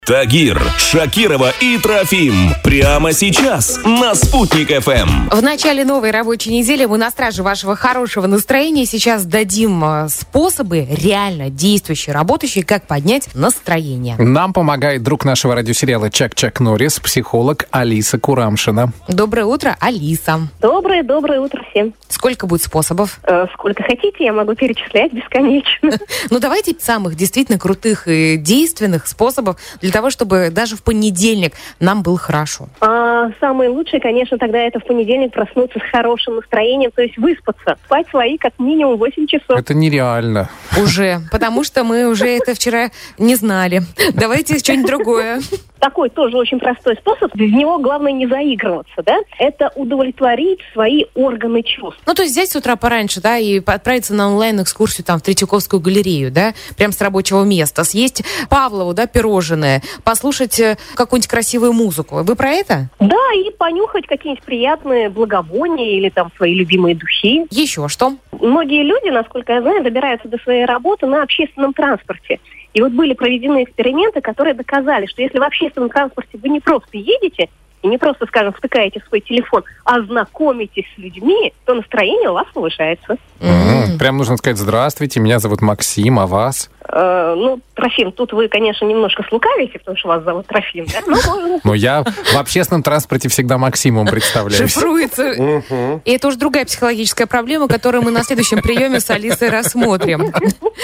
Тагир, Шакирова и Трофим. Прямо сейчас на Спутник ФМ. В начале новой рабочей недели мы на страже вашего хорошего настроения. Сейчас дадим способы, реально действующие, работающие, как поднять настроение. Нам помогает друг нашего радиосериала «Чак Норрис», психолог Алиса Курамшина. Доброе утро, Алиса. Доброе утро всем. Сколько будет способов? Сколько хотите, я могу перечислять бесконечно. Ну, давайте самых действительно крутых и действенных способов для того, чтобы даже в понедельник нам было хорошо. Самое лучшее, конечно, тогда это в понедельник проснуться с хорошим настроением, то есть выспаться. Спать свои как минимум 8 часов. Это нереально. Уже, потому что мы уже это вчера не знали. Давайте что-нибудь другое. Такой тоже очень простой способ. Без него главное не заигрываться, да? Это удовлетворить свои органы чувств. Ну, то есть взять с утра пораньше, да, и отправиться на онлайн-экскурсию там в Третьяковскую галерею, да, прям с рабочего места, съесть Павлову, да, пирожное, послушать какую-нибудь красивую музыку. Вы про это? Да, и понюхать какие-нибудь приятные благовония или там свои любимые духи. Еще что? Многие люди, насколько я знаю, добираются до своей работы на общественном транспорте. И вот были проведены эксперименты, которые доказали, что если в общественном транспорте вы не просто едете, и не просто, скажем, втыкаете в свой телефон, а знакомитесь с людьми, то настроение у вас повышается. Прям нужно сказать: здравствуйте, меня зовут Максим, а вас? Трофим, тут вы, конечно, немножко слукавите, потому что вас зовут Трофим, да? Но я в общественном транспорте всегда Максимом представляюсь. Шифруется. И это уже другая психологическая проблема, которую мы на следующем приеме с Алисой рассмотрим.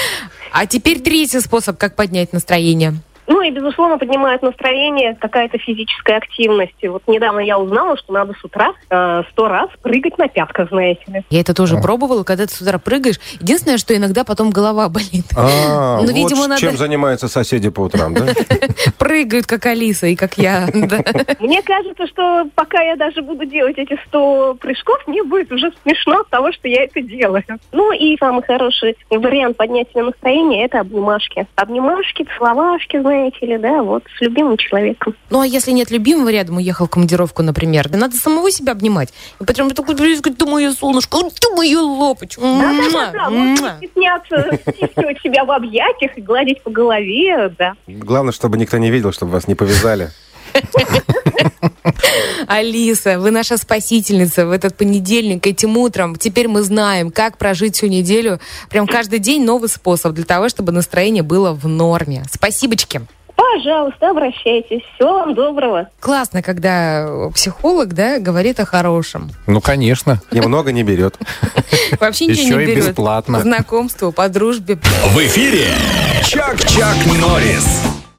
А теперь третий способ, как поднять настроение. Ну и, безусловно, поднимает настроение какая-то физическая активность. И вот недавно я узнала, что надо с утра 100 раз прыгать на пятках, знаете ли. Я это тоже пробовала, когда ты с утра прыгаешь. Единственное, что иногда потом голова болит. Вот видимо, чем занимаются соседи по утрам, да? Прыгают, как Алиса и как я. Мне кажется, что пока я даже буду делать эти 100 прыжков, мне будет уже смешно от того, что я это делаю. Ну и самый хороший вариант поднятия настроения – это обнимашки. Обнимашки, целовашки, знаете ли, да, вот, с любимым человеком. Ну, а если нет любимого рядом, уехал в командировку, например, да надо самого себя обнимать. И потом такой, ты моя солнышко, ты моя лапочка. Да, можно стесняться, стискивать себя в объятиях и гладить по голове, да. Главное, чтобы никто не видел, чтобы вас не повязали. Алиса, вы наша спасительница в этот понедельник, этим утром. Теперь мы знаем, как прожить всю неделю. Прям каждый день новый способ для того, чтобы настроение было в норме. Спасибочки. Пожалуйста, обращайтесь. Всего вам доброго. Классно, когда психолог, да, говорит о хорошем. Ну, конечно. Немного не берет. Вообще ничего не берет. Еще и бесплатно. Знакомство, по дружбе. В эфире Чак Норрис.